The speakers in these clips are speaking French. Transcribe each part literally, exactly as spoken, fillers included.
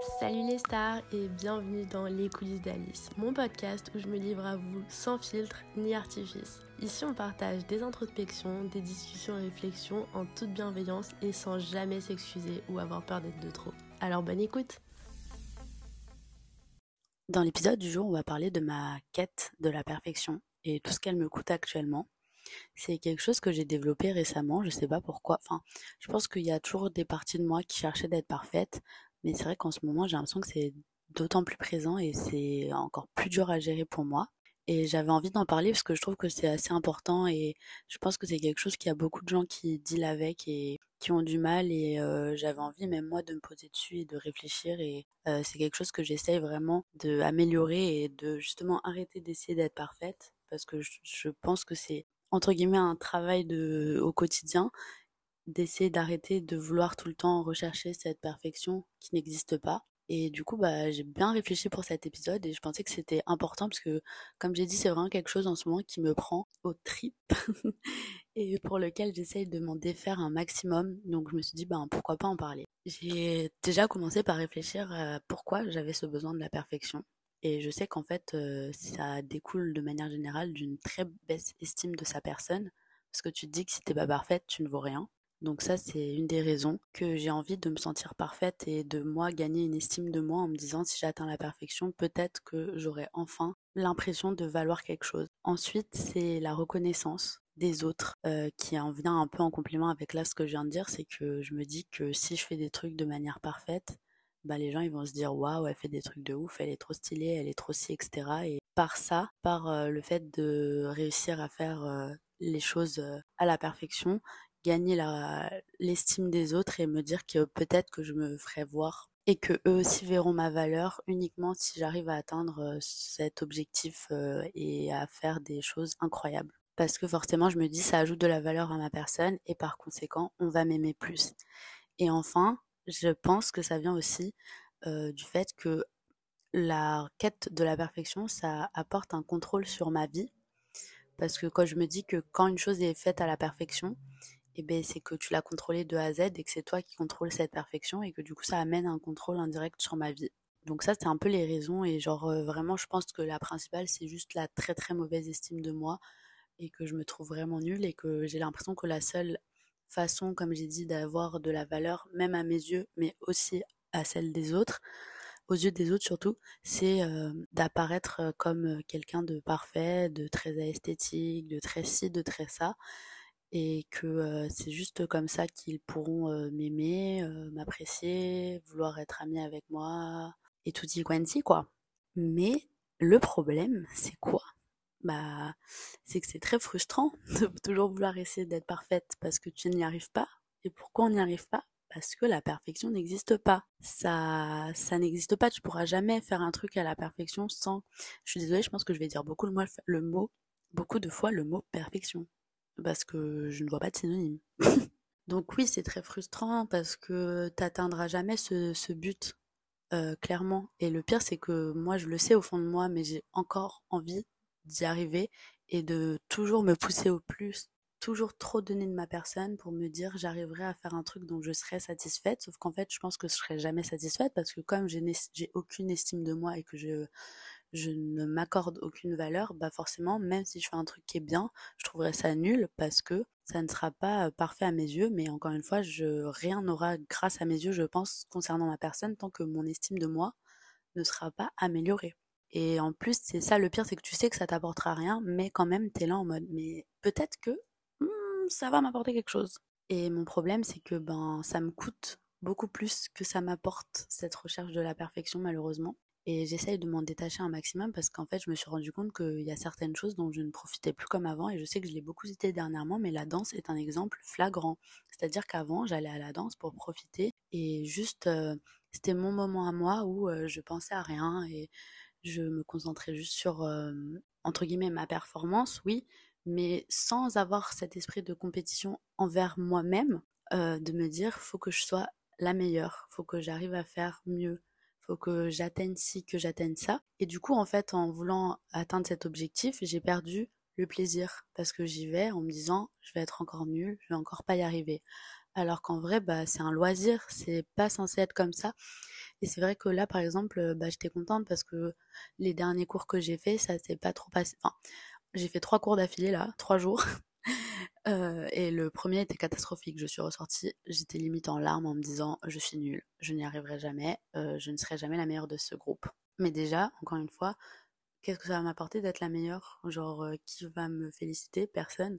Salut les stars et bienvenue dans Les coulisses d'Alice, mon podcast où je me livre à vous sans filtre ni artifice. Ici on partage des introspections, des discussions et réflexions en toute bienveillance et sans jamais s'excuser ou avoir peur d'être de trop. Alors bonne écoute. Dans l'épisode du jour, on va parler de ma quête de la perfection et tout ce qu'elle me coûte actuellement. C'est quelque chose que j'ai développé récemment, je sais pas pourquoi. Enfin, je pense qu'il y a toujours des parties de moi qui cherchaient d'être parfaites, mais c'est vrai qu'en ce moment, j'ai l'impression que c'est d'autant plus présent et c'est encore plus dur à gérer pour moi. Et j'avais envie d'en parler parce que je trouve que c'est assez important et je pense que c'est quelque chose qu'il y a beaucoup de gens qui deal avec et qui ont du mal et euh, j'avais envie même moi de me poser dessus et de réfléchir et euh, c'est quelque chose que j'essaye vraiment de améliorer et de justement arrêter d'essayer d'être parfaite parce que je, je pense que c'est entre guillemets un travail de au quotidien d'essayer d'arrêter de vouloir tout le temps rechercher cette perfection qui n'existe pas. Et du coup, bah, j'ai bien réfléchi pour cet épisode et je pensais que c'était important parce que, comme j'ai dit, c'est vraiment quelque chose en ce moment qui me prend aux tripes et pour lequel j'essaye de m'en défaire un maximum. Donc je me suis dit, ben, pourquoi pas en parler. J'ai déjà commencé par réfléchir à pourquoi j'avais ce besoin de la perfection. Et je sais qu'en fait, euh, ça découle de manière générale d'une très baisse estime de sa personne. Parce que tu te dis que si t'es pas parfaite, tu ne vaux rien. Donc ça, c'est une des raisons que j'ai envie de me sentir parfaite et de moi gagner une estime de moi en me disant si j'atteins la perfection, peut-être que j'aurai enfin l'impression de valoir quelque chose. Ensuite, c'est la reconnaissance des autres euh, qui en vient un peu en complément avec là ce que je viens de dire, c'est que je me dis que si je fais des trucs de manière parfaite, bah les gens ils vont se dire waouh, elle fait des trucs de ouf, elle est trop stylée, elle est trop ci, et cetera. Et par ça, par euh, le fait de réussir à faire euh, les choses euh, à la perfection, gagner la, l'estime des autres et me dire que peut-être que je me ferai voir et que eux aussi verront ma valeur uniquement si j'arrive à atteindre euh, cet objectif euh, et à faire des choses incroyables. Parce que forcément, je me dis, ça ajoute de la valeur à ma personne et par conséquent, on va m'aimer plus. Et enfin, je pense que ça vient aussi euh, du fait que la quête de la perfection, ça apporte un contrôle sur ma vie. Parce que quand je me dis que quand une chose est faite à la perfection, eh ben, c'est que tu l'as contrôlée de A à Z et que c'est toi qui contrôles cette perfection et que du coup ça amène un contrôle indirect sur ma vie. Donc ça, c'est un peu les raisons et genre euh, vraiment je pense que la principale c'est juste la très très mauvaise estime de moi et que je me trouve vraiment nulle et que j'ai l'impression que la seule façon, comme j'ai dit, d'avoir de la valeur, même à mes yeux, mais aussi à celle des autres, aux yeux des autres surtout, c'est euh, d'apparaître euh, comme euh, quelqu'un de parfait, de très esthétique, de très ci, de très ça, et que euh, c'est juste comme ça qu'ils pourront euh, m'aimer, euh, m'apprécier, vouloir être amis avec moi, et tutti quanti quoi. Mais le problème, c'est quoi? Bah, c'est que c'est très frustrant de toujours vouloir essayer d'être parfaite parce que tu n'y arrives pas. Et pourquoi on n'y arrive pas? Parce que la perfection n'existe pas. Ça, ça n'existe pas. Tu pourras jamais faire un truc à la perfection sans. Je suis désolée, je pense que je vais dire beaucoup le mot, le mot, beaucoup de fois le mot perfection parce que je ne vois pas de synonyme. Donc oui, c'est très frustrant parce que t'atteindras jamais ce, ce but euh, clairement. Et le pire, c'est que moi, je le sais au fond de moi, mais j'ai encore envie d'y arriver et de toujours me pousser au plus, toujours trop donner de ma personne pour me dire j'arriverai à faire un truc dont je serai satisfaite. Sauf qu'en fait, je pense que je serai jamais satisfaite parce que comme j'ai, j'ai aucune estime de moi et que je, je ne m'accorde aucune valeur, bah forcément, même si je fais un truc qui est bien, je trouverais ça nul parce que ça ne sera pas euh, parfait à mes yeux, mais encore une fois, je, rien n'aura grâce à mes yeux, je pense, concernant ma personne, tant que mon estime de moi ne sera pas améliorée. Et en plus, c'est ça le pire, c'est que tu sais que ça t'apportera rien, mais quand même, t'es là en mode, mais peut-être que hmm, ça va m'apporter quelque chose. Et mon problème, c'est que ben, ça me coûte beaucoup plus que ça m'apporte cette recherche de la perfection, malheureusement. Et j'essaye de m'en détacher un maximum parce qu'en fait, je me suis rendu compte qu'il y a certaines choses dont je ne profitais plus comme avant. Et je sais que je l'ai beaucoup cité dernièrement, mais la danse est un exemple flagrant. C'est-à-dire qu'avant, j'allais à la danse pour profiter et juste, euh, c'était mon moment à moi où euh, je pensais à rien et je me concentrais juste sur, euh, entre guillemets, ma performance, oui, mais sans avoir cet esprit de compétition envers moi-même, euh, de me dire, faut que je sois la meilleure, faut que j'arrive à faire mieux, faut que j'atteigne ci, que j'atteigne ça. Et du coup, en fait, en voulant atteindre cet objectif, j'ai perdu le plaisir parce que j'y vais en me disant, je vais être encore nulle, je vais encore pas y arriver. alors qu'en vrai, bah, c'est un loisir, c'est pas censé être comme ça. Et c'est vrai que là, par exemple, euh, bah, j'étais contente parce que les derniers cours que j'ai fait, ça s'est pas trop passé. Enfin, j'ai fait trois cours d'affilée là, trois jours. Euh, et le premier était catastrophique. Je suis ressortie, j'étais limite en larmes en me disant je suis nulle, je n'y arriverai jamais, euh, je ne serai jamais la meilleure de ce groupe. Mais déjà, encore une fois, qu'est-ce que ça va m'apporter d'être la meilleure? Genre, euh, qui va me féliciter? Personne.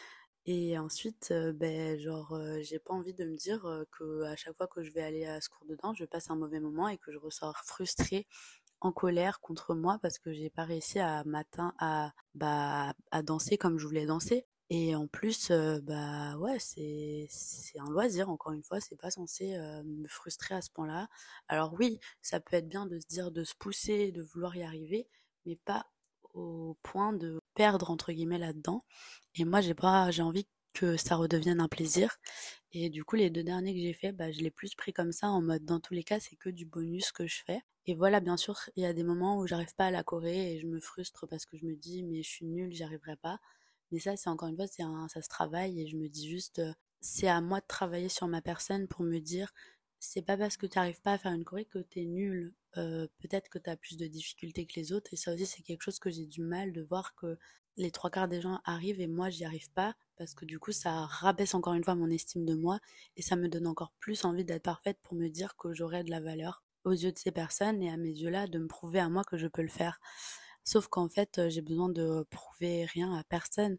Et ensuite, euh, ben, genre, euh, j'ai pas envie de me dire euh, que à chaque fois que je vais aller à ce cours de danse, je passe un mauvais moment et que je ressors frustrée, en colère contre moi parce que j'ai pas réussi à matin à bah à danser comme je voulais danser. Et en plus, euh, bah ouais, c'est c'est un loisir. Encore une fois, c'est pas censé euh, me frustrer à ce point-là. Alors oui, ça peut être bien de se dire de se pousser, de vouloir y arriver, mais pas au point de perdre entre guillemets là-dedans. Et moi, j'ai pas, j'ai envie que ça redevienne un plaisir. Et du coup, les deux derniers que j'ai fait, bah, je l'ai plus pris comme ça, en mode, dans tous les cas, c'est que du bonus que je fais. Et voilà, bien sûr, il y a des moments où j'arrive pas à la Corée et je me frustre parce que je me dis, mais je suis nulle, j'y arriverai pas. Mais ça, c'est encore une fois, c'est un, ça se travaille et je me dis juste, euh, c'est à moi de travailler sur ma personne pour me dire, c'est pas parce que tu n'arrives pas à faire une Corée que t'es nul. Euh, peut-être que tu as plus de difficultés que les autres. Et ça aussi, c'est quelque chose que j'ai du mal de voir que les trois quarts des gens arrivent et moi, j'y arrive pas parce que du coup, ça rabaisse encore une fois mon estime de moi et ça me donne encore plus envie d'être parfaite pour me dire que j'aurai de la valeur aux yeux de ces personnes et à mes yeux là, de me prouver à moi que je peux le faire. Sauf qu'en fait, euh, j'ai besoin de prouver rien à personne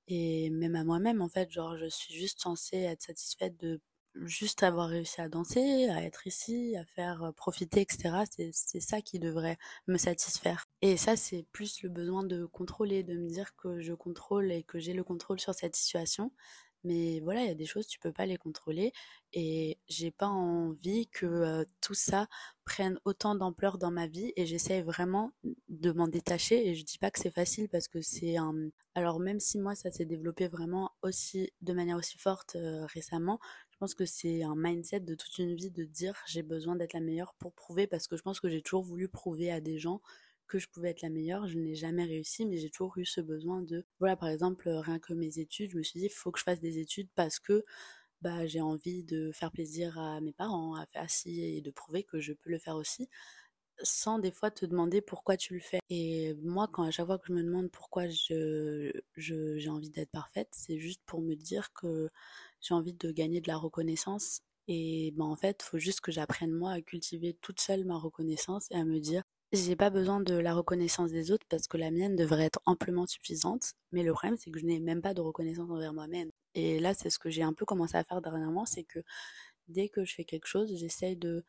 et même à moi-même, en fait, genre, je suis juste censée être satisfaite de juste avoir réussi à danser, à être ici, à faire euh, profiter, et cetera. C'est, c'est ça qui devrait me satisfaire. Et ça, c'est plus le besoin de contrôler, de me dire que je contrôle et que j'ai le contrôle sur cette situation. Mais voilà, il y a des choses, tu peux pas les contrôler. Et j'ai pas envie que euh, tout ça prenne autant d'ampleur dans ma vie. Et j'essaie vraiment de m'en détacher. Et je dis pas que c'est facile parce que c'est un... Alors même si moi, ça s'est développé vraiment aussi, de manière aussi forte euh, récemment, je pense que c'est un mindset de toute une vie de dire j'ai besoin d'être la meilleure pour prouver parce que je pense que j'ai toujours voulu prouver à des gens que je pouvais être la meilleure. Je n'ai jamais réussi, mais j'ai toujours eu ce besoin de, voilà, par exemple, euh, rien que mes études, je me suis dit, il faut que je fasse des études parce que bah, j'ai envie de faire plaisir à mes parents, à faire ci et de prouver que je peux le faire aussi, sans des fois te demander pourquoi tu le fais. Et moi, quand à chaque fois que je me demande pourquoi je, je, j'ai envie d'être parfaite, c'est juste pour me dire que j'ai envie de gagner de la reconnaissance. Et ben en fait, faut juste que j'apprenne moi à cultiver toute seule ma reconnaissance et à me dire j'ai pas besoin de la reconnaissance des autres parce que la mienne devrait être amplement suffisante. Mais le problème, c'est que je n'ai même pas de reconnaissance envers moi-même. Et là, c'est ce que j'ai un peu commencé à faire dernièrement, c'est que dès que je fais quelque chose, j'essaye de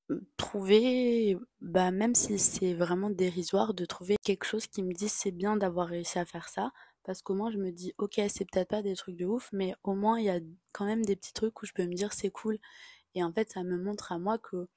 trouver, bah, même si c'est vraiment dérisoire, de trouver quelque chose qui me dit c'est bien d'avoir réussi à faire ça, parce qu'au moins je me dis ok, c'est peut-être pas des trucs de ouf, mais au moins il y a quand même des petits trucs où je peux me dire c'est cool. Et en fait, ça me montre à moi que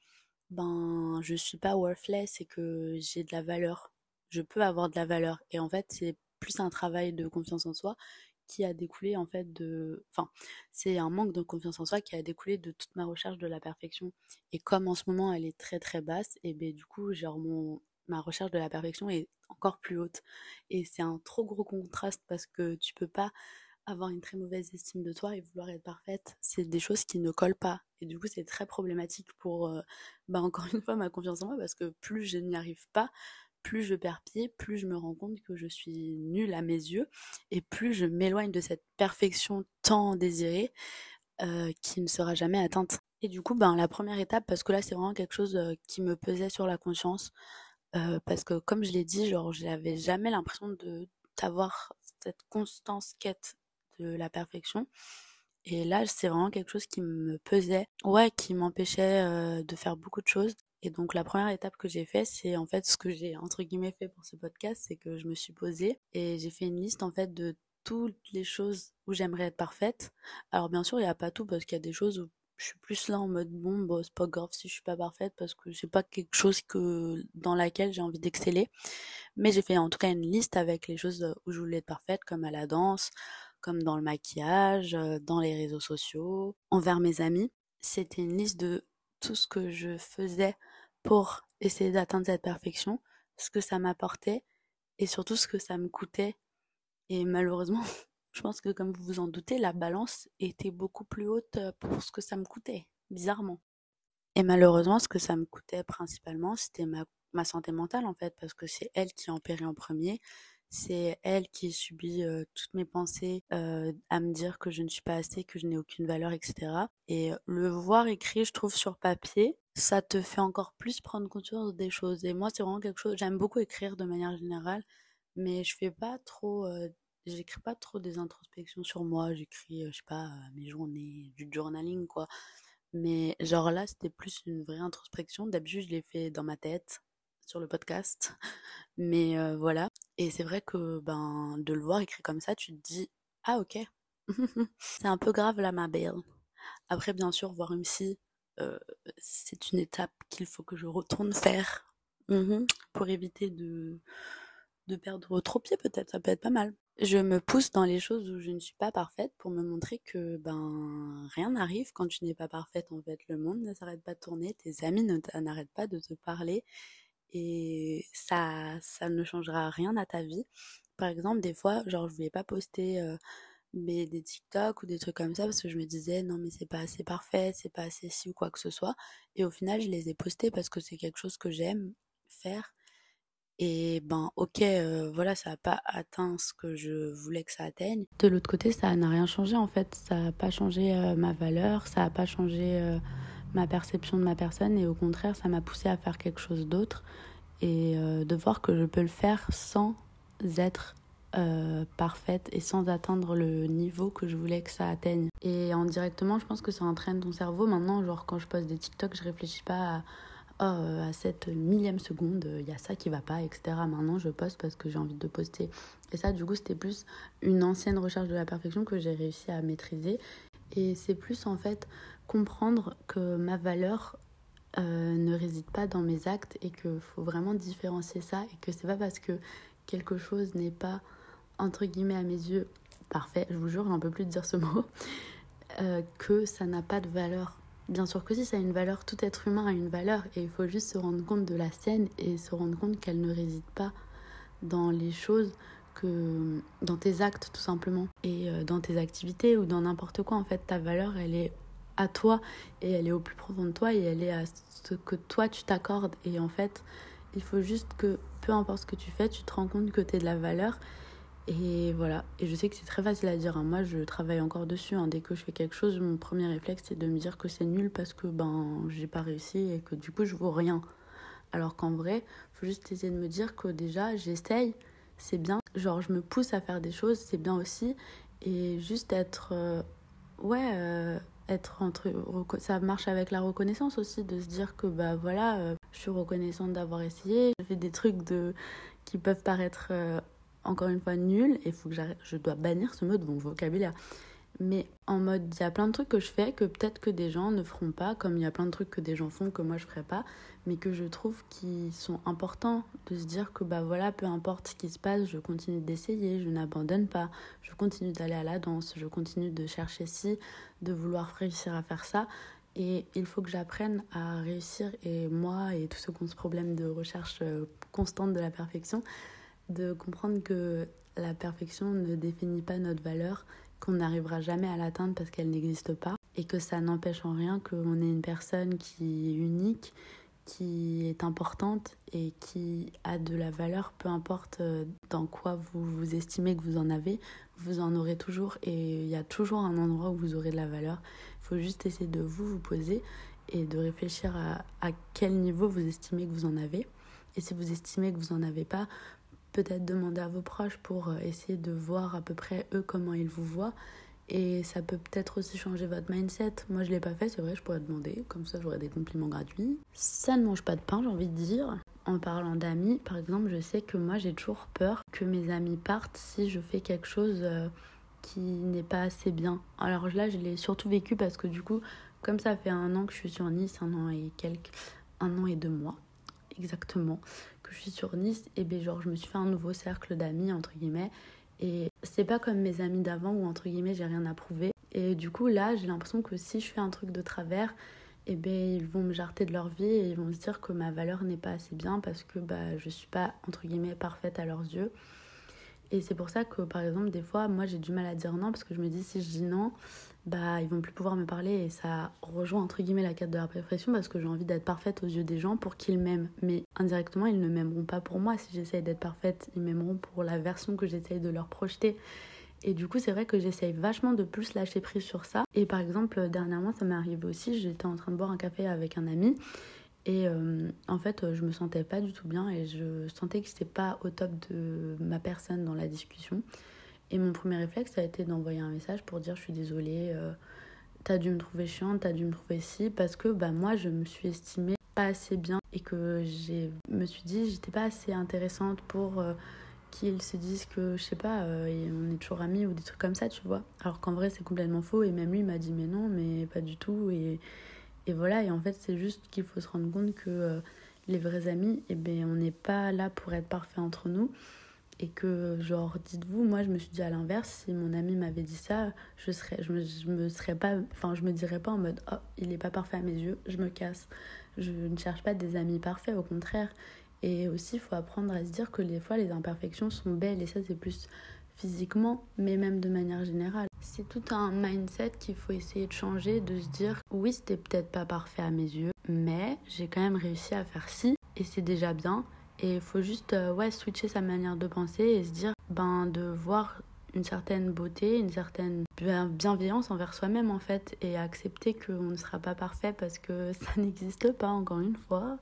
ben je suis pas worthless et que j'ai de la valeur. Je peux avoir de la valeur. Et en fait, c'est plus un travail de confiance en soi qui a découlé en fait de... Enfin, c'est un manque de confiance en soi qui a découlé de toute ma recherche de la perfection. Et comme en ce moment elle est très très basse, et ben du coup, genre mon... ma recherche de la perfection est encore plus haute. Et c'est un trop gros contraste parce que tu peux pas avoir une très mauvaise estime de toi et vouloir être parfaite, c'est des choses qui ne collent pas. Et du coup, c'est très problématique pour, euh, bah, encore une fois, ma confiance en moi, parce que plus je n'y arrive pas, plus je perds pied, plus je me rends compte que je suis nulle à mes yeux, et plus je m'éloigne de cette perfection tant désirée, euh, qui ne sera jamais atteinte. Et du coup, ben, la première étape, parce que là, c'est vraiment quelque chose euh, qui me pesait sur la conscience, euh, parce que comme je l'ai dit, genre, j'avais jamais l'impression de d'avoir cette constance quête de la perfection. Et là, c'est vraiment quelque chose qui me pesait, ouais, qui m'empêchait euh, de faire beaucoup de choses. Et donc, la première étape que j'ai fait, c'est en fait ce que j'ai entre guillemets fait pour ce podcast, c'est que je me suis posée et j'ai fait une liste en fait de toutes les choses où j'aimerais être parfaite. Alors, bien sûr, il n'y a pas tout parce qu'il y a des choses où je suis plus là en mode bon, bah, c'est pas grave si je suis pas parfaite parce que c'est pas quelque chose que dans laquelle j'ai envie d'exceller. Mais j'ai fait en tout cas une liste avec les choses où je voulais être parfaite, comme à la danse, comme dans le maquillage, euh, dans les réseaux sociaux, envers mes amis. C'était une liste de tout ce que je faisais pour essayer d'atteindre cette perfection, ce que ça m'apportait et surtout ce que ça me coûtait. Et malheureusement, Je pense que comme vous vous en doutez, la balance était beaucoup plus haute pour ce que ça me coûtait, bizarrement. Et malheureusement, ce que ça me coûtait principalement, c'était ma, ma santé mentale en fait, parce que c'est elle qui en périt en premier. C'est elle qui subit euh, toutes mes pensées euh, à me dire que je ne suis pas assez, que je n'ai aucune valeur, et cetera. Et le voir écrit, je trouve, sur papier, ça te fait encore plus prendre conscience des choses. Et moi, c'est vraiment quelque chose, j'aime beaucoup écrire de manière générale, mais je fais pas trop, euh, j'écris pas trop des introspections sur moi. J'écris, euh, je sais pas, euh, mes journées, du journaling, quoi. Mais genre là, c'était plus une vraie introspection. D'habitude, je l'ai fait dans ma tête, sur le podcast. Mais euh, voilà. Et c'est vrai que ben de le voir écrit comme ça, tu te dis ah ok, c'est un peu grave là ma belle. Après bien sûr voir une psy, euh, c'est une étape qu'il faut que je retourne faire Mhm. pour éviter de de perdre trop pied peut-être, ça peut être pas mal. Je me pousse dans les choses où je ne suis pas parfaite pour me montrer que ben rien n'arrive quand tu n'es pas parfaite en fait. Le monde ne s'arrête pas de tourner, tes amis ne t- n'arrêtent pas de te parler et ça ça ne changera rien à ta vie. Par exemple, des fois, genre je voulais pas poster euh, mais des TikTok ou des trucs comme ça parce que je me disais non mais c'est pas assez parfait, c'est pas assez ci ou quoi que ce soit. Et au final, je les ai postés parce que c'est quelque chose que j'aime faire et ben ok, euh, voilà, ça n'a pas atteint ce que je voulais que ça atteigne. De l'autre côté, ça n'a rien changé en fait. Ça n'a pas changé euh, ma valeur, ça n'a pas changé euh, ma perception de ma personne. Et au contraire, ça m'a poussé à faire quelque chose d'autre. Et euh, de voir que je peux le faire sans être euh, parfaite et sans atteindre le niveau que je voulais que ça atteigne. Et indirectement, je pense que ça entraîne ton cerveau. Maintenant, genre quand je poste des TikTok, je réfléchis pas à oh, à cette millième seconde, il y a ça qui va pas, et cetera. Maintenant, je poste parce que j'ai envie de poster. Et ça, du coup, c'était plus une ancienne recherche de la perfection que j'ai réussi à maîtriser. Et c'est plus, en fait, comprendre que ma valeur euh, ne réside pas dans mes actes et qu'il faut vraiment différencier ça et que c'est pas parce que quelque chose n'est pas, entre guillemets, à mes yeux, parfait, je vous jure, j'en peux plus de dire ce mot, euh, que ça n'a pas de valeur. Bien sûr que si, ça a une valeur, tout être humain a une valeur et il faut juste se rendre compte de la sienne et se rendre compte qu'elle ne réside pas dans les choses, que dans tes actes tout simplement et euh, dans tes activités ou dans n'importe quoi. En fait, ta valeur, elle est à toi et elle est au plus profond de toi et elle est à ce que toi tu t'accordes. Et en fait, il faut juste que peu importe ce que tu fais, tu te rends compte que tu es de la valeur. Et voilà, et je sais que c'est très facile à dire, hein. Moi je travaille encore dessus, hein. Dès que je fais quelque chose, mon premier réflexe c'est de me dire que c'est nul parce que ben j'ai pas réussi et que du coup je vaux rien. Alors qu'en vrai, faut juste essayer de me dire que déjà j'essaye, c'est bien, genre je me pousse à faire des choses, c'est bien aussi, et juste être, euh, ouais, euh, être entre, ça marche avec la reconnaissance aussi, de se dire que bah voilà, euh, je suis reconnaissante d'avoir essayé, je fais des trucs de, qui peuvent paraître... euh, encore une fois nul et faut que j'arrête, je dois bannir ce mot de mon vocabulaire. Mais en mode, il y a plein de trucs que je fais que peut-être que des gens ne feront pas, comme il y a plein de trucs que des gens font que moi je ferai pas, mais que je trouve qui sont importants de se dire que bah voilà, peu importe ce qui se passe, je continue d'essayer, je n'abandonne pas, je continue d'aller à la danse, je continue de chercher ci, de vouloir réussir à faire ça. Et il faut que j'apprenne à réussir, et moi et tous ceux qui ont ce problème de recherche constante de la perfection, de comprendre que la perfection ne définit pas notre valeur, qu'on n'arrivera jamais à l'atteindre parce qu'elle n'existe pas, et que ça n'empêche en rien qu'on est une personne qui est unique, qui est importante et qui a de la valeur, peu importe dans quoi vous vous estimez que vous en avez, vous en aurez toujours et il y a toujours un endroit où vous aurez de la valeur. Il faut juste essayer de vous vous poser et de réfléchir à, à quel niveau vous estimez que vous en avez. Et si vous estimez que vous n'en avez pas, peut-être demander à vos proches pour essayer de voir à peu près eux comment ils vous voient. Et ça peut peut-être aussi changer votre mindset. Moi, je ne l'ai pas fait, c'est vrai, je pourrais demander. Comme ça, j'aurais des compliments gratuits. Ça ne mange pas de pain, j'ai envie de dire. En parlant d'amis, par exemple, je sais que moi, j'ai toujours peur que mes amis partent si je fais quelque chose qui n'est pas assez bien. Alors là, je l'ai surtout vécu parce que du coup, comme ça fait un an que je suis sur Nice, un an et quelques, un an et deux mois, exactement, que je suis sur Nice, et bien genre je me suis fait un nouveau cercle d'amis entre guillemets, et c'est pas comme mes amis d'avant où entre guillemets j'ai rien à prouver, et du coup là j'ai l'impression que si je fais un truc de travers, et bien ils vont me jarter de leur vie et ils vont se dire que ma valeur n'est pas assez bien parce que bah je suis pas entre guillemets parfaite à leurs yeux. Et c'est pour ça que, par exemple, des fois, moi, j'ai du mal à dire non, parce que je me dis, si je dis non, bah, ils vont plus pouvoir me parler, et ça rejoint, entre guillemets, la quête de la perfection, parce que j'ai envie d'être parfaite aux yeux des gens pour qu'ils m'aiment. Mais indirectement, ils ne m'aimeront pas pour moi. Si j'essaye d'être parfaite, ils m'aimeront pour la version que j'essaye de leur projeter. Et du coup, c'est vrai que j'essaye vachement de plus lâcher prise sur ça. Et par exemple, dernièrement, ça m'est arrivé aussi, j'étais en train de boire un café avec un ami, et euh, en fait, je me sentais pas du tout bien, et je sentais que j'étais pas au top de ma personne dans la discussion. Et mon premier réflexe, ça a été d'envoyer un message pour dire je suis désolée, euh, t'as dû me trouver chiante, t'as dû me trouver si, parce que bah, moi, je me suis estimée pas assez bien, et que je me suis dit j'étais pas assez intéressante pour euh, qu'ils se disent que, je sais pas, euh, on est toujours amis ou des trucs comme ça, tu vois. Alors qu'en vrai, c'est complètement faux, et même lui m'a dit mais non, mais pas du tout, et, et voilà. Et en fait, c'est juste qu'il faut se rendre compte que euh, les vrais amis, eh ben, on n'est pas là pour être parfait entre nous. Et que, genre, dites-vous, moi, je me suis dit à l'inverse, si mon ami m'avait dit ça, je serais, je me, je me serais pas, enfin, je me dirais pas en mode, oh, il est pas parfait à mes yeux, je me casse. Je ne cherche pas des amis parfaits, au contraire. Et aussi, il faut apprendre à se dire que des fois, les imperfections sont belles, et ça, c'est plus physiquement, mais même de manière générale. C'est tout un mindset qu'il faut essayer de changer, de se dire, oui, c'était peut-être pas parfait à mes yeux, mais j'ai quand même réussi à faire ci, et c'est déjà bien. Et il faut juste euh, ouais, switcher sa manière de penser et se dire ben, de voir une certaine beauté, une certaine bienveillance envers soi-même en fait, et accepter qu'on ne sera pas parfait parce que ça n'existe pas, encore une fois.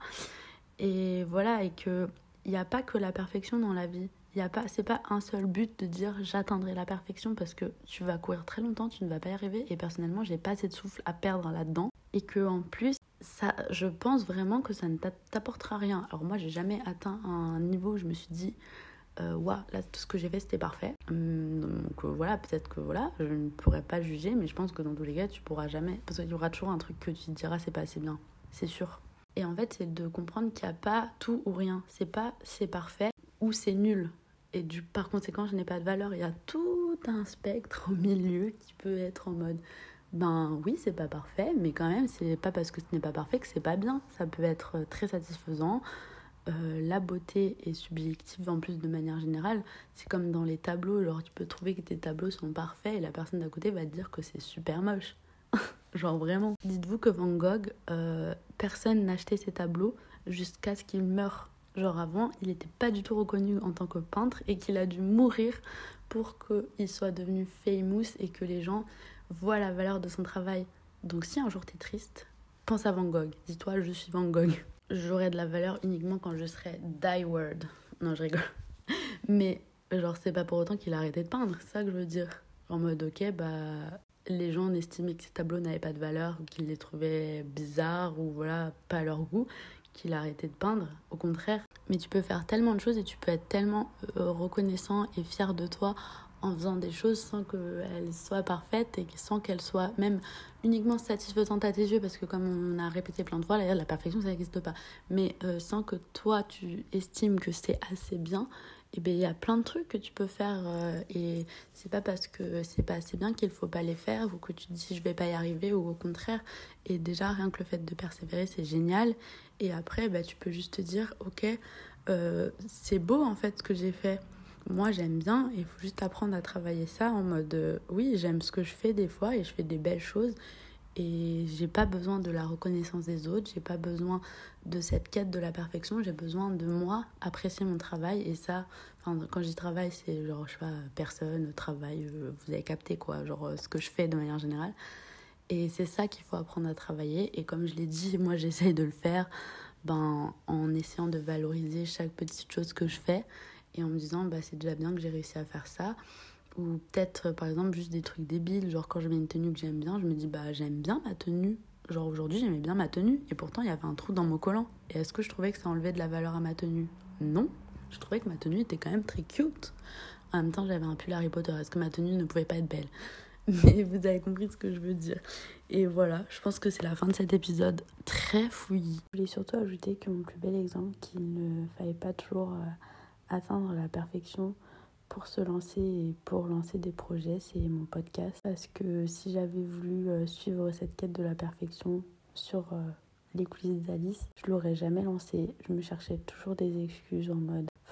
Et voilà, et qu'il n'y a pas que la perfection dans la vie. Il y a pas, c'est pas un seul but de dire j'atteindrai la perfection, parce que tu vas courir très longtemps, tu ne vas pas y arriver, et personnellement j'ai pas assez de souffle à perdre là-dedans, et que en plus ça, je pense vraiment que ça ne t'apportera rien. Alors moi j'ai jamais atteint un niveau où je me suis dit euh, waouh, là tout ce que j'ai fait c'était parfait. Hum, donc euh, voilà, peut-être que voilà, je ne pourrais pas juger, mais je pense que dans tous les cas tu pourras jamais, parce qu'il y aura toujours un truc que tu te diras c'est pas assez bien, c'est sûr. Et en fait, c'est de comprendre qu'il n'y a pas tout ou rien. C'est pas c'est parfait ou c'est nul. Et du, par conséquent, je n'ai pas de valeur. Il y a tout un spectre au milieu qui peut être en mode ben oui, c'est pas parfait, mais quand même, c'est pas parce que ce n'est pas parfait que c'est pas bien. Ça peut être très satisfaisant. Euh, la beauté est subjective en plus de manière générale. C'est comme dans les tableaux. Genre, tu peux trouver que tes tableaux sont parfaits et la personne d'à côté va te dire que c'est super moche. Genre vraiment. Dites-vous que Van Gogh, euh, personne n'achetait ses tableaux jusqu'à ce qu'il meure. Genre avant, il n'était pas du tout reconnu en tant que peintre, et qu'il a dû mourir pour qu'il soit devenu famous et que les gens voient la valeur de son travail. Donc si un jour t'es triste, pense à Van Gogh. Dis-toi, je suis Van Gogh. J'aurai de la valeur uniquement quand je serai Die Word. Non, je rigole. Mais genre, c'est pas pour autant qu'il a arrêté de peindre, c'est ça que je veux dire. En mode, ok, bah... les gens estimaient que ces tableaux n'avaient pas de valeur, ou qu'ils les trouvaient bizarres, ou voilà, pas à leur goût, qu'il a arrêté de peindre, au contraire. Mais tu peux faire tellement de choses, et tu peux être tellement euh, reconnaissant et fier de toi en faisant des choses sans qu'elles soient parfaites, et sans qu'elles soient même uniquement satisfaisantes à tes yeux, parce que comme on a répété plein de fois, la perfection ça n'existe pas, mais euh, sans que toi tu estimes que c'est assez bien. Et bien, il y a plein de trucs que tu peux faire, euh, et c'est pas parce que c'est pas assez bien qu'il faut pas les faire, ou que tu te dis je vais pas y arriver, ou au contraire. Et déjà, rien que le fait de persévérer, c'est génial. Et après, bah, tu peux juste te dire ok, euh, c'est beau en fait ce que j'ai fait. Moi, j'aime bien, et il faut juste apprendre à travailler ça en mode euh, oui, j'aime ce que je fais des fois, et je fais des belles choses. Et j'ai pas besoin de la reconnaissance des autres, j'ai pas besoin de cette quête de la perfection, j'ai besoin de moi apprécier mon travail. Et ça, enfin, quand je dis travail, c'est genre, je sais pas, personne, travail, euh, vous avez capté quoi, genre euh, ce que je fais de manière générale. Et c'est ça qu'il faut apprendre à travailler. Et comme je l'ai dit, moi j'essaye de le faire ben, en essayant de valoriser chaque petite chose que je fais, et en me disant bah, c'est déjà bien que j'ai réussi à faire ça. Ou peut-être, par exemple, juste des trucs débiles. Genre, quand je mets une tenue que j'aime bien, je me dis, bah, j'aime bien ma tenue. Genre, aujourd'hui, j'aimais bien ma tenue. Et pourtant, il y avait un trou dans mon collant. Et est-ce que je trouvais que ça enlevait de la valeur à ma tenue ? Non. Je trouvais que ma tenue était quand même très cute. En même temps, j'avais un pull Harry Potter. Est-ce que ma tenue ne pouvait pas être belle ? Mais vous avez compris ce que je veux dire. Et voilà, je pense que c'est la fin de cet épisode très fouillis. Je voulais surtout ajouter que mon plus bel exemple, qu'il ne fallait pas toujours euh, atteindre la perfection pour se lancer et pour lancer des projets, c'est mon podcast. Parce que si j'avais voulu euh, suivre cette quête de la perfection sur euh, les coulisses d'Alice, je l'aurais jamais lancé. Je me cherchais toujours des excuses en mode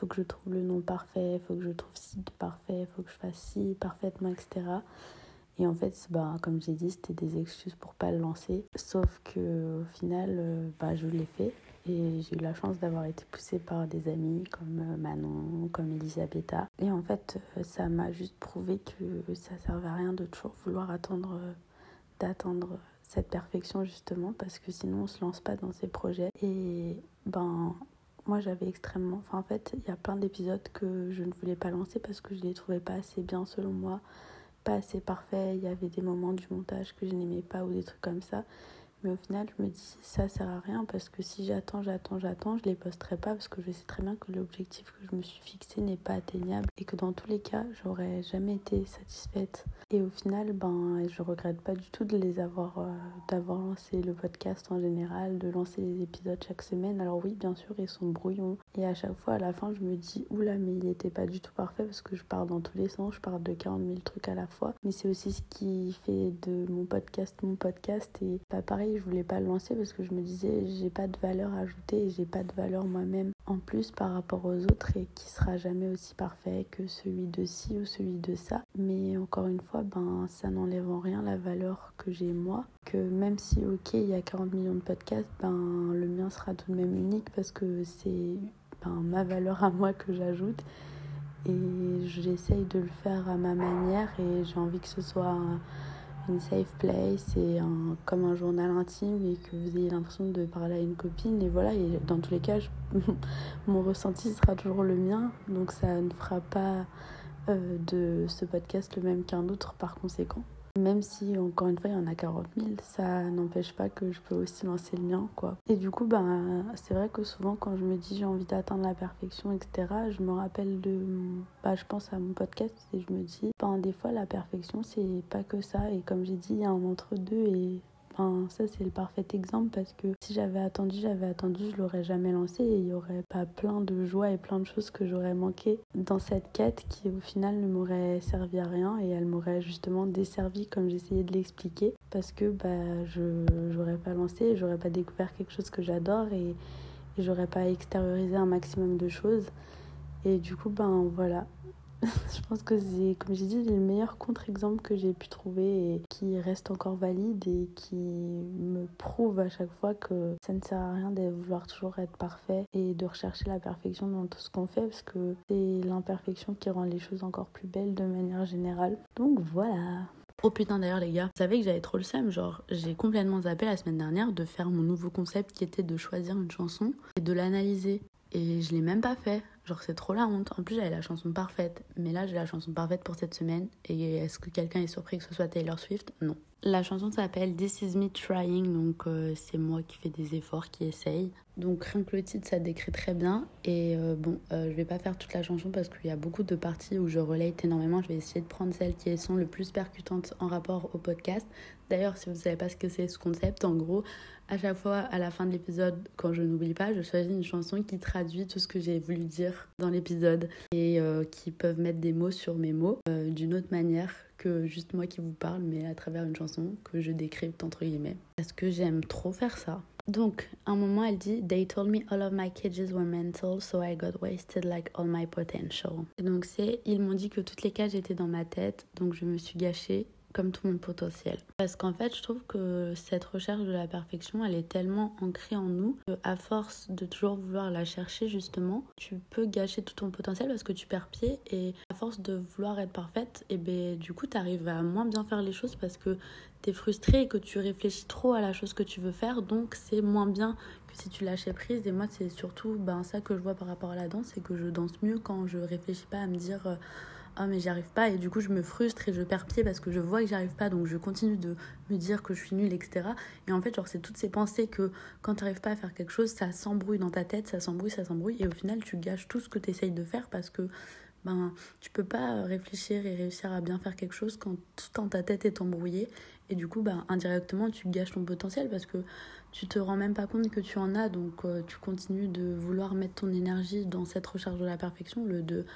faut que je trouve le nom parfait, faut que je trouve site parfait, faut que je fasse ci parfaitement, et cetera. Et en fait, bah, comme j'ai dit, c'était des excuses pour pas le lancer. Sauf que au final, euh, bah, je l'ai fait. Et j'ai eu la chance d'avoir été poussée par des amis comme euh, Manon, comme Elisabetta. Et en fait, euh, ça m'a juste prouvé que ça servait à rien de toujours vouloir attendre, euh, d'attendre cette perfection justement, parce que sinon on se lance pas dans ces projets. Et ben, moi j'avais extrêmement... Enfin en fait, il y a plein d'épisodes que je ne voulais pas lancer parce que je les trouvais pas assez bien selon moi, pas assez parfaits. Il y avait des moments du montage que je n'aimais pas ou des trucs comme ça. Mais au final, je me dis, ça sert à rien parce que si j'attends, j'attends, j'attends, je les posterai pas parce que je sais très bien que l'objectif que je me suis fixé n'est pas atteignable et que dans tous les cas, j'aurais jamais été satisfaite. Et au final, ben, je regrette pas du tout de les avoir, euh, d'avoir lancé le podcast en général, de lancer les épisodes chaque semaine. Alors oui, bien sûr, ils sont brouillons. Et à chaque fois, à la fin, je me dis, oula, mais il était pas du tout parfait parce que je pars dans tous les sens, je pars de quarante mille trucs à la fois. Mais c'est aussi ce qui fait de mon podcast mon podcast. Et pas pareil, je voulais pas le lancer parce que je me disais j'ai pas de valeur ajoutée et j'ai pas de valeur moi-même en plus par rapport aux autres et qui sera jamais aussi parfait que celui de ci ou celui de ça. Mais encore une fois, ben ça n'enlève en rien la valeur que j'ai moi, que même si ok il y a quarante millions de podcasts, ben le mien sera tout de même unique parce que c'est ben, ma valeur à moi que j'ajoute et j'essaye de le faire à ma manière et j'ai envie que ce soit un une safe place et un, comme un journal intime et que vous ayez l'impression de parler à une copine. Et voilà, et dans tous les cas, je, mon ressenti sera toujours le mien. Donc ça ne fera pas euh, de ce podcast le même qu'un autre par conséquent. Même si, encore une fois, il y en a quarante mille, ça n'empêche pas que je peux aussi lancer le mien, quoi. Et du coup, ben, c'est vrai que souvent, quand je me dis j'ai envie d'atteindre la perfection, et cetera, je me rappelle de... Bah, je pense à mon podcast et je me dis, ben, des fois, la perfection, c'est pas que ça. Et comme j'ai dit, il y a un entre-deux et... Ben, ça c'est le parfait exemple parce que si j'avais attendu, j'avais attendu, je l'aurais jamais lancé et il y aurait pas plein de joie et plein de choses que j'aurais manqué dans cette quête qui au final ne m'aurait servi à rien et elle m'aurait justement desservi comme j'essayais de l'expliquer parce que bah, je j'aurais pas lancé et j'aurais pas découvert quelque chose que j'adore et, et j'aurais pas extériorisé un maximum de choses et du coup ben voilà. Je pense que c'est, comme j'ai dit, le meilleur contre-exemple que j'ai pu trouver et qui reste encore valide et qui me prouve à chaque fois que ça ne sert à rien de vouloir toujours être parfait et de rechercher la perfection dans tout ce qu'on fait parce que c'est l'imperfection qui rend les choses encore plus belles de manière générale. Donc voilà. Oh putain d'ailleurs les gars, vous savez que j'avais trop le seum, genre j'ai complètement zappé la semaine dernière de faire mon nouveau concept qui était de choisir une chanson et de l'analyser. Et je l'ai même pas fait. Genre c'est trop la honte. En plus j'avais la chanson parfaite. Mais là j'ai la chanson parfaite pour cette semaine. Et est-ce que quelqu'un est surpris que ce soit Taylor Swift ? Non. La chanson s'appelle This Is Me Trying. Donc euh, c'est moi qui fais des efforts, qui essaye. Donc rien que le titre ça décrit très bien. Et euh, bon euh, je vais pas faire toute la chanson parce qu'il y a beaucoup de parties où je relate énormément. Je vais essayer de prendre celles qui sont le plus percutantes en rapport au podcast. D'ailleurs si vous savez pas ce que c'est ce concept, en gros à chaque fois à la fin de l'épisode quand je n'oublie pas je choisis une chanson qui traduit tout ce que j'ai voulu dire dans l'épisode et euh, qui peuvent mettre des mots sur mes mots euh, d'une autre manière que juste moi qui vous parle mais à travers une chanson que je décrypte entre guillemets parce que j'aime trop faire ça. Donc à un moment elle dit They told me all of my cages were mental so I got wasted like all my potential. Et donc c'est ils m'ont dit que toutes les cages étaient dans ma tête donc je me suis gâchée comme tout mon potentiel. Parce qu'en fait, je trouve que cette recherche de la perfection, elle est tellement ancrée en nous qu'à force de toujours vouloir la chercher, justement, tu peux gâcher tout ton potentiel parce que tu perds pied et à force de vouloir être parfaite, et ben du coup, tu arrives à moins bien faire les choses parce que tu es frustré et que tu réfléchis trop à la chose que tu veux faire, donc c'est moins bien que si tu lâchais prise. Et moi, c'est surtout ben, ça que je vois par rapport à la danse, c'est que je danse mieux quand je réfléchis pas à me dire... Euh, ah mais j'y arrive pas et du coup je me frustre et je perds pied parce que je vois que j'y arrive pas donc je continue de me dire que je suis nulle etc et en fait genre c'est toutes ces pensées que quand t'arrives pas à faire quelque chose ça s'embrouille dans ta tête, ça s'embrouille, ça s'embrouille et au final tu gâches tout ce que t'essayes de faire parce que ben tu peux pas réfléchir et réussir à bien faire quelque chose quand tout dans ta tête est embrouillé et du coup ben indirectement tu gâches ton potentiel parce que tu te rends même pas compte que tu en as donc euh, tu continues de vouloir mettre ton énergie dans cette recherche de la perfection, le de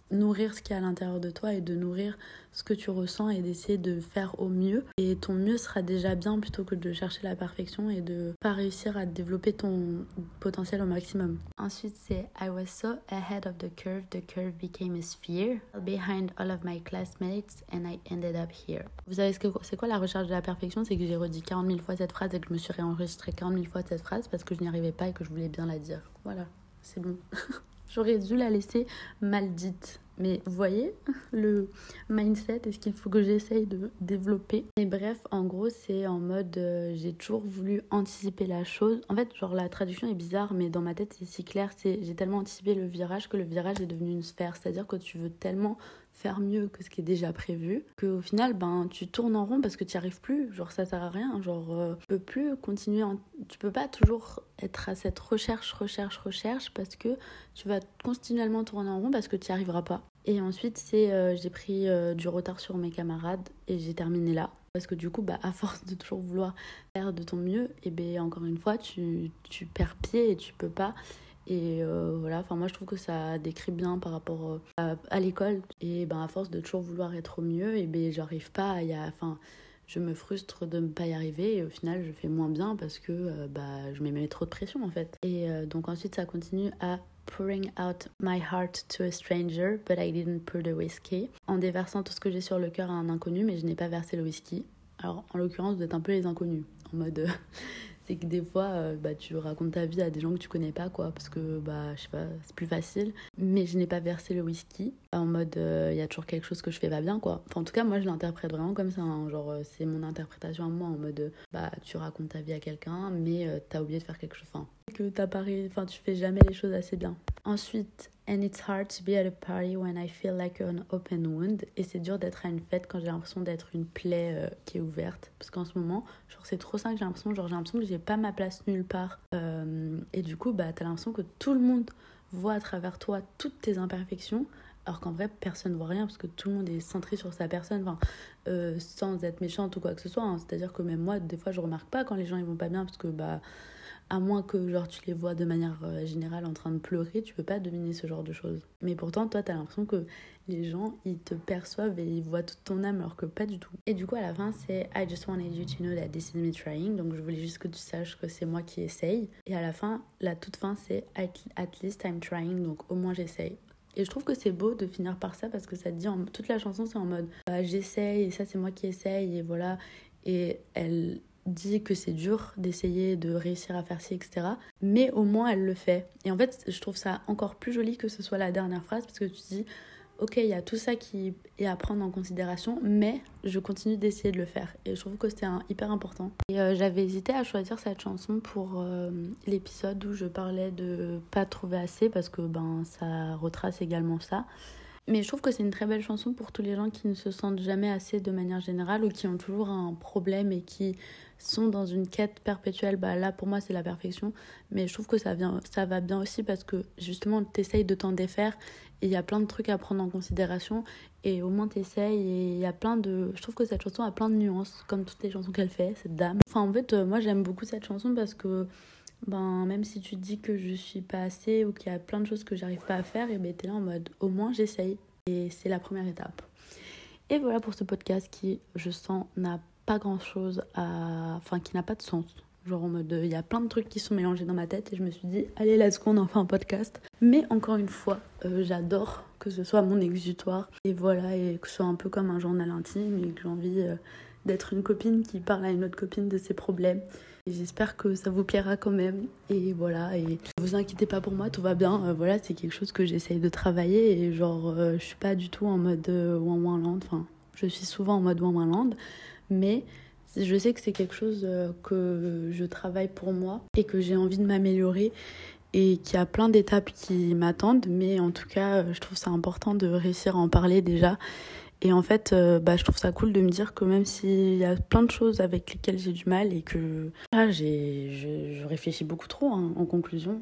nourrir ce qui est à l'intérieur de toi et de nourrir ce que tu ressens et d'essayer de faire au mieux. Et ton mieux sera déjà bien plutôt que de chercher la perfection et de pas réussir à développer ton potentiel au maximum. Ensuite, c'est I was so ahead of the curve, the curve became a sphere. Behind all of my classmates and I ended up here. Vous savez ce que c'est quoi la recherche de la perfection? C'est que j'ai redit quarante mille fois cette phrase et que je me suis réenregistré quarante mille fois cette phrase parce que je n'y arrivais pas et que je voulais bien la dire. Voilà, c'est bon. J'aurais dû la laisser mal dite. Mais vous voyez, le mindset est ce qu'il faut que j'essaye de développer. Et bref, en gros, c'est en mode euh, j'ai toujours voulu anticiper la chose. En fait, genre la traduction est bizarre, mais dans ma tête, c'est si clair. C'est j'ai tellement anticipé le virage que le virage est devenu une sphère. C'est-à-dire que tu veux tellement faire mieux que ce qui est déjà prévu qu'au final, ben, tu tournes en rond parce que tu n'y arrives plus. Genre, ça sert à rien. Genre, euh, tu peux plus continuer. En... Tu peux pas toujours être à cette recherche, recherche, recherche parce que tu vas continuellement tourner en rond parce que tu n'y arriveras pas. Et ensuite, c'est euh, j'ai pris euh, du retard sur mes camarades et j'ai terminé là. Parce que du coup, bah, à force de toujours vouloir faire de ton mieux, et ben encore une fois, tu, tu perds pied et tu peux pas. Et euh, voilà, enfin moi je trouve que ça décrit bien par rapport à, à l'école. Et ben à force de toujours vouloir être au mieux, et ben j'arrive pas à y a, enfin, je me frustre de ne pas y arriver et au final je fais moins bien parce que euh, bah, je me mets trop de pression en fait. Et euh, donc ensuite ça continue à pouring out my heart to a stranger, but I didn't pour the whiskey. En déversant tout ce que j'ai sur le cœur à un inconnu, mais je n'ai pas versé le whisky. Alors en l'occurrence vous êtes un peu les inconnus, en mode... Euh, c'est que des fois, euh, bah, tu racontes ta vie à des gens que tu connais pas, quoi, parce que, bah, je sais pas, c'est plus facile. Mais je n'ai pas versé le whisky, en mode, il euh, y a toujours quelque chose que je fais pas bien, quoi. Enfin, en tout cas, moi, je l'interprète vraiment comme ça, hein. Genre, euh, c'est mon interprétation à moi, en mode, euh, bah, tu racontes ta vie à quelqu'un, mais euh, t'as oublié de faire quelque chose, enfin, que t'as pas, enfin, tu fais jamais les choses assez bien. Ensuite, and it's hard to be at a party when I feel like an open wound. Et c'est dur d'être à une fête quand j'ai l'impression d'être une plaie euh, qui est ouverte. Parce qu'en ce moment, genre c'est trop ça que j'ai l'impression. Genre j'ai l'impression que j'ai pas ma place nulle part. Euh, et du coup, bah t'as l'impression que tout le monde voit à travers toi toutes tes imperfections. Alors qu'en vrai, personne ne voit rien parce que tout le monde est centré sur sa personne. Enfin, euh, sans être méchante ou quoi que ce soit. Hein. C'est-à-dire que même moi, des fois, je remarque pas quand les gens ils vont pas bien parce que bah... À moins que genre tu les vois de manière euh, générale en train de pleurer, tu peux pas deviner ce genre de choses. Mais pourtant, toi, t'as l'impression que les gens, ils te perçoivent et ils voient toute ton âme, alors que pas du tout. Et du coup, à la fin, c'est I just wanted you to know that this is me trying. Donc, je voulais juste que tu saches que c'est moi qui essaye. Et à la fin, la toute fin, c'est at, at least I'm trying. Donc, au moins, j'essaye. Et je trouve que c'est beau de finir par ça parce que ça te dit, en... toute la chanson, c'est en mode bah, j'essaye et ça, c'est moi qui essaye et voilà. Et elle... dit que c'est dur d'essayer de réussir à faire ci, et cetera. Mais au moins, elle le fait. Et en fait, je trouve ça encore plus joli que ce soit la dernière phrase parce que tu te dis, ok, il y a tout ça qui est à prendre en considération, mais je continue d'essayer de le faire. Et je trouve que c'était un, hyper important. Et euh, j'avais hésité à choisir cette chanson pour euh, l'épisode où je parlais de pas trouver assez parce que ben, ça retrace également ça. Mais je trouve que c'est une très belle chanson pour tous les gens qui ne se sentent jamais assez de manière générale ou qui ont toujours un problème et qui sont dans une quête perpétuelle. Bah là, pour moi, c'est la perfection. Mais je trouve que ça, vient, ça va bien aussi parce que justement, t'essayes de t'en défaire et il y a plein de trucs à prendre en considération. Et au moins, t'essayes et il y a plein de... Je trouve que cette chanson a plein de nuances, comme toutes les chansons qu'elle fait, cette dame. Enfin, en fait, moi, j'aime beaucoup cette chanson parce que... Ben, même si tu te dis que je suis pas assez ou qu'il y a plein de choses que j'arrive pas à faire, et ben t'es là en mode au moins j'essaye. Et c'est la première étape. Et voilà pour ce podcast qui, je sens, n'a pas grand chose à. Enfin, qui n'a pas de sens. Genre en mode, il y a plein de trucs qui sont mélangés dans ma tête et je me suis dit, allez, let's go, on en fait un podcast. Mais encore une fois, euh, j'adore que ce soit mon exutoire. Et voilà, et que ce soit un peu comme un journal intime et que j'ai envie euh, d'être une copine qui parle à une autre copine de ses problèmes. Et j'espère que ça vous plaira quand même. Et voilà, et ne vous inquiétez pas pour moi, tout va bien. Euh, voilà, c'est quelque chose que j'essaye de travailler. Et genre, euh, je suis pas du tout en mode euh, Wan Wan Land. Enfin, je suis souvent en mode Wan Wan Land. Mais je sais que c'est quelque chose euh, que je travaille pour moi et que j'ai envie de m'améliorer. Et qu'il y a plein d'étapes qui m'attendent. Mais en tout cas, je trouve ça important de réussir à en parler déjà. Et en fait, euh, bah, je trouve ça cool de me dire que même s'il y a plein de choses avec lesquelles j'ai du mal et que là, j'ai, je, je réfléchis beaucoup trop hein, en conclusion,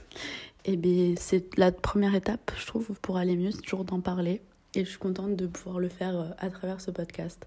et bien c'est la première étape, je trouve, pour aller mieux, c'est toujours d'en parler. Et je suis contente de pouvoir le faire à travers ce podcast.